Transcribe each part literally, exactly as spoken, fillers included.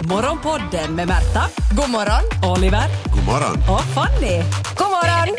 Morgonpodden med Märta. God morgon. Oliver. God morgon. Och Fanny. God morgon.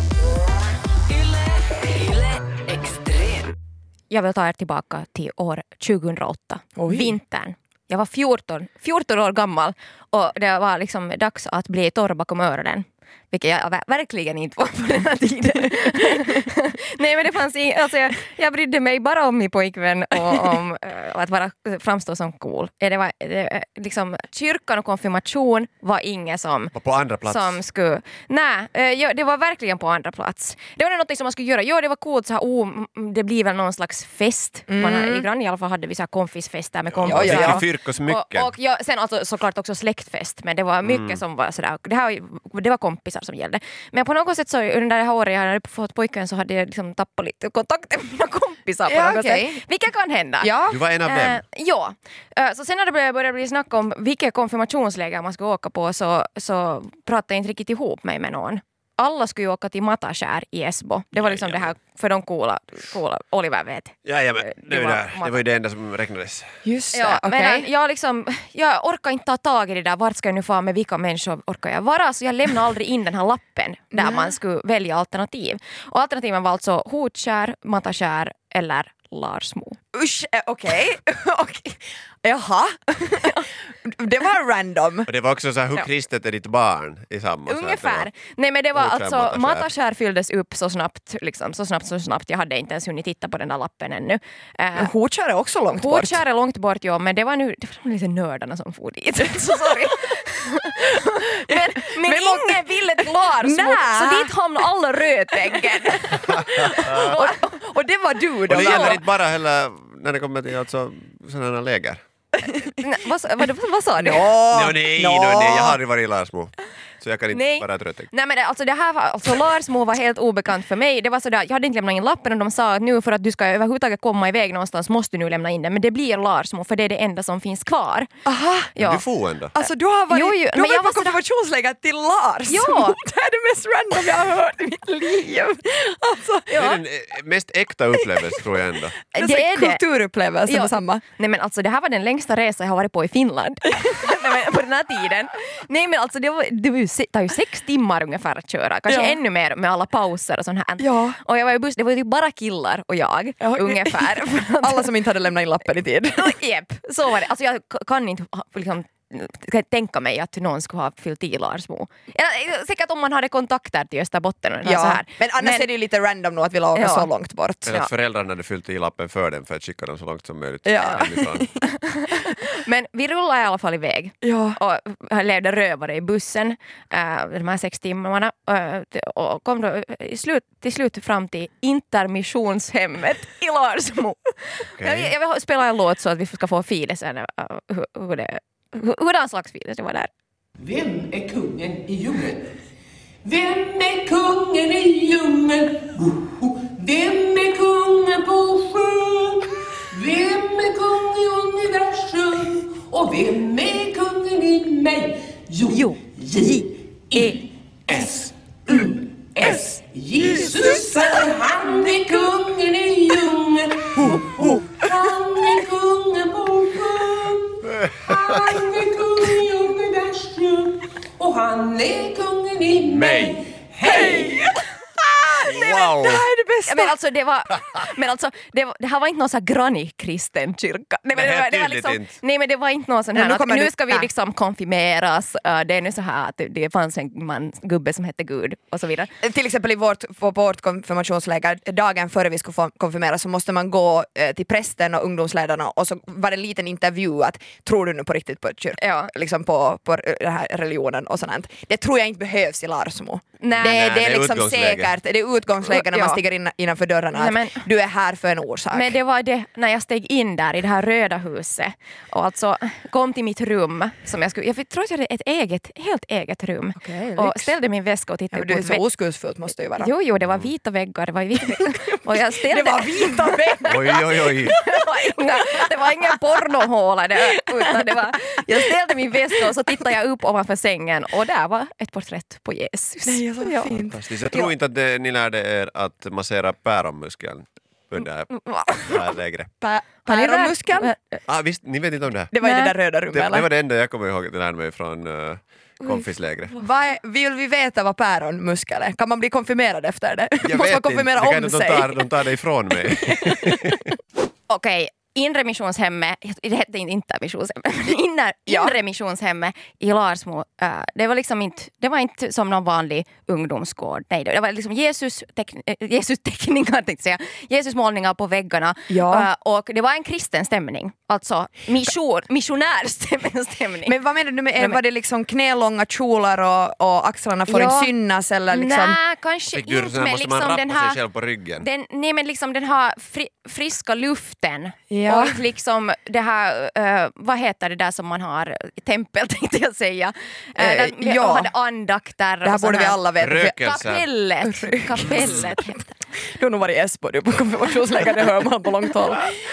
Jag vill ta er tillbaka till år tjugohundraåtta. Oj. Vintern. Jag var fjorton, fjorton år gammal och det var liksom dags att bli torr bakom öronen. Vilket jag ver- verkligen inte var på den här tiden. Nej, men det fanns i, alltså jag, jag brydde mig bara om min pojkvän och om uh, att vara, framstå som cool. Det var, det, liksom, kyrkan och konfirmation var inget som... Och på andra plats. Som skulle... Nej, uh, ja, det var verkligen på andra plats. Det var något som man skulle göra. Ja, det var coolt så här, oh, det blir väl någon slags fest. Mm. Man, I Grann i alla fall hade vi så här konfisfester med kompisar. Ja, ja, ja. Och, Fyrk och smycken. och, och ja, sen alltså, såklart också släktfest. Men det var mycket mm. som var sådär... Det, här, det var kompisar som gällde. Men på något sätt så under det här året jag hade fått pojkvän så hade jag liksom tappat lite kontakt med mina kompisar på ja, något okay. sätt. Vilket kan hända. Ja. Du var en av dem. Uh, ja. Uh, så sen när det började bli snack om vilka konfirmationsläger man skulle åka på så, så pratade jag inte riktigt ihop mig med någon. Alla skulle ju åka till Mataskär i Esbo. Det var liksom ja, ja. det här för de coola, coola Oliver vet. Ja, ja, men det, det, var, var, det var ju det enda som räknades. Just det, ja, okej. Okay. Jag, liksom, jag orkar inte ta tag i det där. Vart ska jag nu få med vilka människor orkar jag vara? Så jag lämnade aldrig in den här lappen där mm. man skulle välja alternativ. Och alternativen var alltså Hotskär, Mataskär eller Larsmo. Usch, eh, okej. Okay. okay. Jaha. Det var random. Och det var också så här, hur ja. kristet är ditt barn i samma? Ungefär. Var... Nej, men det var Hotskär, alltså Mataskär. Mataskär fylldes upp så snabbt, liksom, så snabbt, så snabbt. Jag hade inte ens hunnit titta på den där lappen ännu. Men uh, Hotskär är också långt bort. Hotskär är långt bort, ja, men det var nu det var lite nördarna som for dit. Så sorry. men men, men ingen ville till Larsmo, så dit hamnade alla rötäggen. och, och det var du då? Och det gäller inte bara heller när det kommer till alltså, sådana läger. Nej, vad, vad, vad sa du? No, no, nej, no. No, nej, jag har aldrig varit i Larsmo. Så jag kan inte Nej. vara ett rötägg. Nej, men alltså det här var, alltså Larsmo var helt obekant för mig. Det var sådär, jag hade inte lämnat in lappen och de sa att nu för att du ska överhuvudtaget komma iväg någonstans måste du nu lämna in den. Men det blir Larsmo för det är det enda som finns kvar. Aha. Ja. Du får ändå. Alltså du har varit, jo, jo, du har varit på sådär... konfirmationsläger till Lars. Ja. Det är det mest random jag har hört i mitt liv. Alltså, ja. Det är den mest äkta upplevelse tror jag ändå. Det är, det är det. Kulturupplevelse ja. med samma. Nej, men alltså det här var den längsta resa jag har varit på i Finland. På den här tiden. Nej, men alltså det, var, det var ju, tar ju sex timmar ungefär att köra. Kanske ja. ännu mer med alla pauser och sånt här. Ja. Och jag var i buss, det var ju bara killar och jag. Ja. Ungefär. Alla som inte hade lämnat in lappen i tid. Jep, så var det. Alltså jag kan inte liksom tänka mig att någon skulle ha fyllt i Larsmo. Eller, säkert om man hade kontakter till Österbotten och ja. så här. Men annars men, är det ju lite random nog att vi åka ja. så långt bort. Eller att ja. föräldrarna hade fyllt i lappen för dem för att skicka dem så långt som möjligt ja. hemifrån. Men vi rullade i alla fall iväg ja. och levde rövare i bussen uh, de här sex timmarna uh, och kom då i slut, till slut fram till intermissionshemmet i Larsmo. Okay. Jag, jag vill spela en låt så att vi ska få filen sen uh, hur, hur det hurdan slags filen det var där. Vem är kungen i djungeln? Vem är kungen i djungeln? Vem är kungen på sjön? Vem är kung i universum? Och vem är kungen i mig? Jo, J E S U S. Jesus är han är kungen i djungeln. Han är kungen på sjön. Han är kungen i universum. Och han är kungen i mig. Hej! Nej, wow. men det här är det bästa. Men alltså det var men alltså det, var, det här var inte någon så här granny-kristen kyrka. Nej, men det, var, det var liksom, nej men det var inte någon sån här att nu, nu ska vi liksom konfirmeras. Uh, det är nu så här att det, det fanns en man, gubbe som hette Gud och så vidare. Till exempel i vårt, på vårt konfirmationsläger dagen före vi skulle konfirmeras så måste man gå eh, till prästen och ungdomsledarna och så var det en liten intervju att tror du nu på riktigt på kyrka? Ja. Liksom på, på den här religionen och sånt. Det tror jag inte behövs i Larsmo. Nej. Det, Nej, det är det är liksom utgångsläge. säkert. Det är utgångsläge när man ja. stiger in, innanför dörrarna. Nej, men, du är här för en orsak. Men det var det när jag steg in där i det här röda huset och alltså kom till mitt rum som jag skulle, jag tror att jag hade ett eget, helt eget rum. Okay, och ställde min väska och tittade ja, på. Det är så oskuldsfullt måste ju vara. Jo, jo, det var vita väggar, det var vita väggar. Och jag ställde... Det var vita väggar! Oj, oj, oj. det, var inga, det var ingen pornohåla där, utan det var, jag ställde min väska och så tittade jag upp ovanför sängen och där var ett porträtt på Jesus. Nej, så ja. fint. Jag tror inte att det, ni lärde er att massera päronmuskeln. under det här lägret. Pä- Päronmuskeln? Ah, visst, ni vet inte om det här. Det var i Nej. det där röda rummet, Det, eller? det var det enda jag kommer ihåg att jag lärde mig från uh, konfislägret. Vad är, vill vi veta vad päronmuskel är? Kan man bli konfirmerad efter det? Jag Måste man vet konfirmera inte, det kan om inte, sig? de tar, de tar det ifrån mig. Okej, inre missionshemmet, det hette inte intermissionshemmet, men inre, Ja. inre missionshemmet i Larsmo, uh, det var liksom inte, det var inte som någon vanlig ungdomsgård. Nej, det var liksom Jesus, teckn, äh, Jesus teckningar, tänkte jag säga. Jesus målningar på väggarna. Ja. Uh, och det var en kristen stämning. Alltså mission, missionärstämning. Men vad menar du med, var det liksom knälånga kjolar och, och axlarna får Ja. inte synas eller liksom? Nej, kanske Fick du inte, sån här, men måste man liksom rappa den sig här... själv på ryggen? Den, nej men liksom den här fri, friska luften Ja. och liksom det här, uh, vad heter det där som man har i tempel tänkte jag säga. Uh, Eh, där vi ja. hade andakter. Det här och sån borde vi alla veta. Rökelse. Kapellet. Kapellet heter det. Du har nog varit i Esbo du på konfirmationsläger, det hör man på långt håll.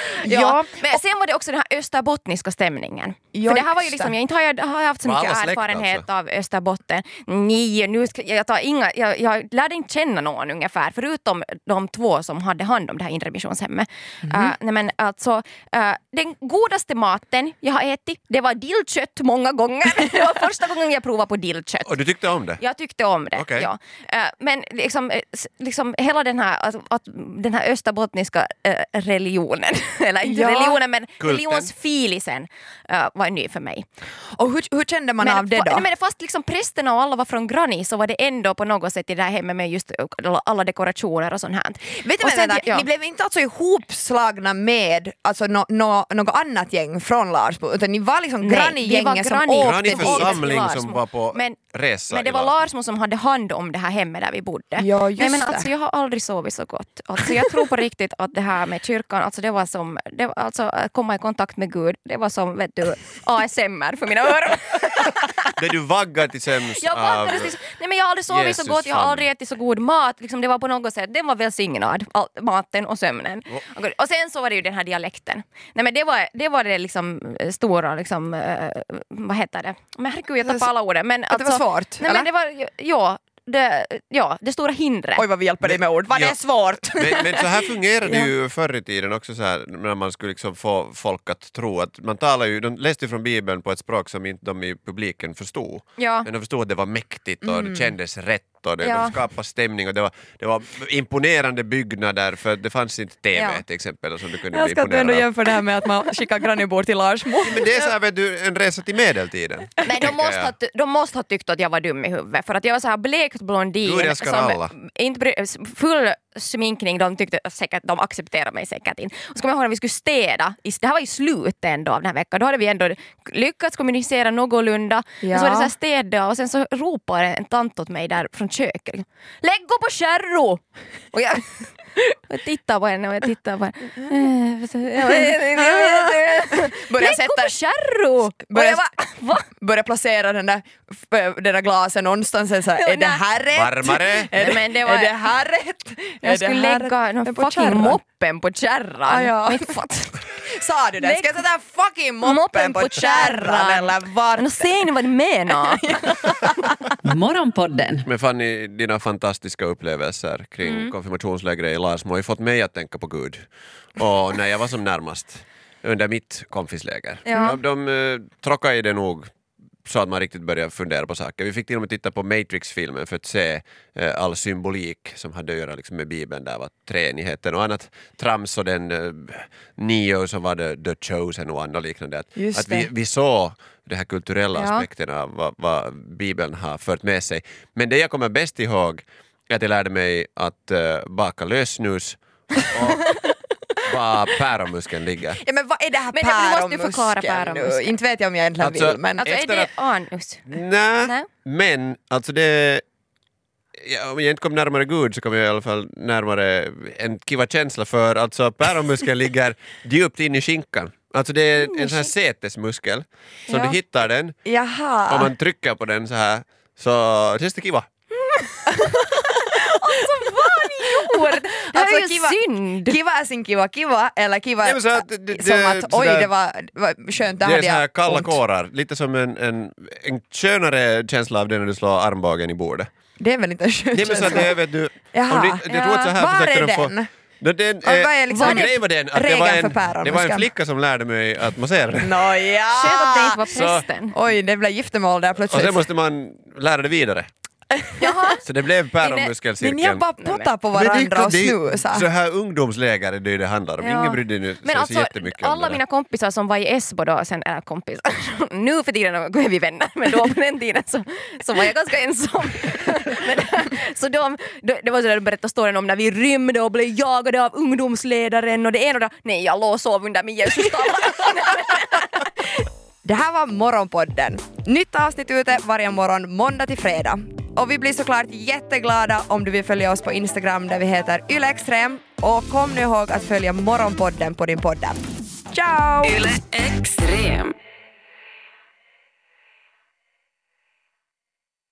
Ja. Men sen var det också den här österbottniska stämningen. Ja, För det här var ju just liksom, det. jag inte har jag, har jag haft så Var mycket alla släkt erfarenhet alltså? av Österbotten. Nej, nu ska, jag, tar inga, jag, jag lärde inte känna någon ungefär, förutom de två som hade hand om det här inre missionshemmet. Mhm. Uh, nej men alltså, uh, den godaste maten jag har ätit, det var dillkött många gånger. Det var första gången jag provade på dillkött. Och du tyckte om det? Jag tyckte om det, Okej. ja. Uh, men liksom, eh, s- liksom hela den här, alltså, att, den här österbottniska uh, religionen, eller inte Ja. religionen men Kulten. religionsfilisen uh, var ny för mig. Och hur, hur kände man Men, av det fa- då? nej, men fast liksom prästerna och alla var från Granny så var det ändå på något sätt i det här hemmet med just alla- alla dekorationer och sånt här. Vet du Och vad sen- vänta, ja. ni blev inte alltså ihopslagna med alltså, no, no, något annat gäng från Larsmo, utan ni var liksom Nej, vi var Granny-gänget som Granny. åkte Granny hit. församling Larsmo. som var på Men- resa Men det i var Larsmo. Larsmo som hade hand om det här hemmet där vi bodde. Ja, just Nej, men det. alltså, jag har aldrig sovit så gott. Alltså, jag tror på riktigt att det här med kyrkan, alltså, det var som det var, alltså, att komma i kontakt med Gud, det var som vet du, A S M R för mina öron. Blev du vaggad till sömns Jag, av... vaggades till, nej, men jag har aldrig sovit Jesus så gott, jag har famn. aldrig ätit så god mat. Liksom, det var på något sätt, den var välsignad, all, maten och sömnen. Och, och sen så var det ju den här dialekten. Nej, men det, var, det var det liksom eh, stora, liksom, eh, vad heter det? Men herregud, jag tappade alla orden. Men, Att det var svårt, Nej, eller? men det var, ja, det, ja, det stora hindret. Oj vad vi hjälper dig med ord, vad det Ja. är svårt! Men, men så här fungerade det ju förr i tiden också så här, när man skulle liksom få folk att tro att man talar ju, de läste ju från Bibeln på ett språk som inte de i publiken förstod. Ja. Men de förstod att det var mäktigt och det kändes rätt och det, Ja. de skapade stämning och det var, det var imponerande byggnader för det fanns inte T V Ja. till exempel som du kunde Jag bli ska att du imponerad ändå av. jämför det här med att man skickar Grannybor till Larsmo. Men det är så här, vet du, en resa till medeltiden. Men de tänker måste, jag. ha, de måste ha tyckt att jag var dum i huvudet för att jag var så här blekt blondin Gud, jag ska som alla. inte bry- full sminkning, de tyckte säkert, de accepterade mig säkert inte. Och så kommer jag ihåg när vi skulle städa, i- det här var i slutet ändå av den här veckan, då hade vi ändå lyckats kommunicera någorlunda. Ja. Och så var det så här städda och sen så ropade en tant åt mig där från köket. Lägg gå på kärro! Och jag, jag tittar på henne och jag tittar på henne. Börja Lägg gå sätta- på kärro! Och Börja- jag bara, va? Börja placera den där, f- den där glasen någonstans och så här, är det här rätt? Varmare. Är Nej, det, men det var- är det här rätt? Är Jag det skulle här lägga rätt? någon På fucking kärran. moppen på kärran. Ah, ja. Inte fatt. Sa du det? Ska jag sätta fucking moppen, Moppen på, på kärran kärran. eller vart? Nu ser ni vad ni menar. Morgonpodden. Men Fanny, dina fantastiska upplevelser kring Mm. konfirmationslägret i Larsmo har ju fått mig att tänka på Gud. Och när jag var som närmast under mitt konfisläger. Ja. De, de uh, tråkade i det nog så att man riktigt började fundera på saker. Vi fick till och med titta på Matrix-filmen för att se eh, all symbolik som hade att göra liksom, med Bibeln. Där var treenigheten och annat trams och den eh, Neo som var the, the chosen och andra liknande. Att, Just att vi, det. vi såg de här kulturella Ja. aspekterna av vad, vad Bibeln har fört med sig. Men det jag kommer bäst ihåg är att jag lärde mig att uh, baka lösnus och var päronmuskeln ligger. Ja, men vad är det här Men du måste ju förklara päronmuskeln nu? päronmuskeln. Inte vet jag om jag egentligen Alltså- vill, men... Alltså är Efter det att- anus? Nej, Nej. men alltså det... Ja, om jag inte kom närmare Gud så kom jag i alla fall närmare en kiva känsla för alltså päronmuskeln ligger djupt in i skinkan. Alltså det är en sån här sätesmuskel. Så om Ja. du hittar den, om Jaha. man trycker på den så här så känns det kiva. Ord. Det Alltså, är ju kiva- synd. Kiva är sin kiva kiva, eller kiva Ja, men så att det- det- som att oj sådär- det var, var skönt, där Det är hade så här jag kalla ont. kårar. Lite som en, en, en skönare känsla av det när du slår armbågen i bordet. Det är väl inte en skön Nej men så att känsla. det är, vet du, Jaha. om du, jag tror att så här Var försöker är de få, den? No, den, Och vad är eh, liksom så grejen var den att det regeln var, för en, det var en päronmuskan? flicka som lärde mig att massera den. Nåja! Skönt att det inte var Så- prästen. Oj, det blev giftermål där Och plötsligt. sen måste man lära det vidare. Så det blev päronmuskelcirkeln. Men jag bara pottar på Men det- varandra och det- snusar. Så här ungdomsläger är det det handlar om. Ja. Ingen brydde nu Men så alltså, jättemycket om alla det mina där. kompisar som var i Esbo då, sen är kompisar, nu för tiden är vi vänner, men då på den tiden så, så var jag ganska ensam. Men, så de, de, det var så där de berättade storyn om när vi rymde och blev jagade av ungdomsledaren och det ena och det, nej jag låg och sov under min Jesus-tavla. Det här var Morgonpodden. Nytt avsnitt ute varje morgon måndag till fredag. Och vi blir såklart jätteglada om du vill följa oss på Instagram där vi heter ylextrem. Och kom nu ihåg att följa Morgonpodden på din poddapp. Ciao! Yle Extrem.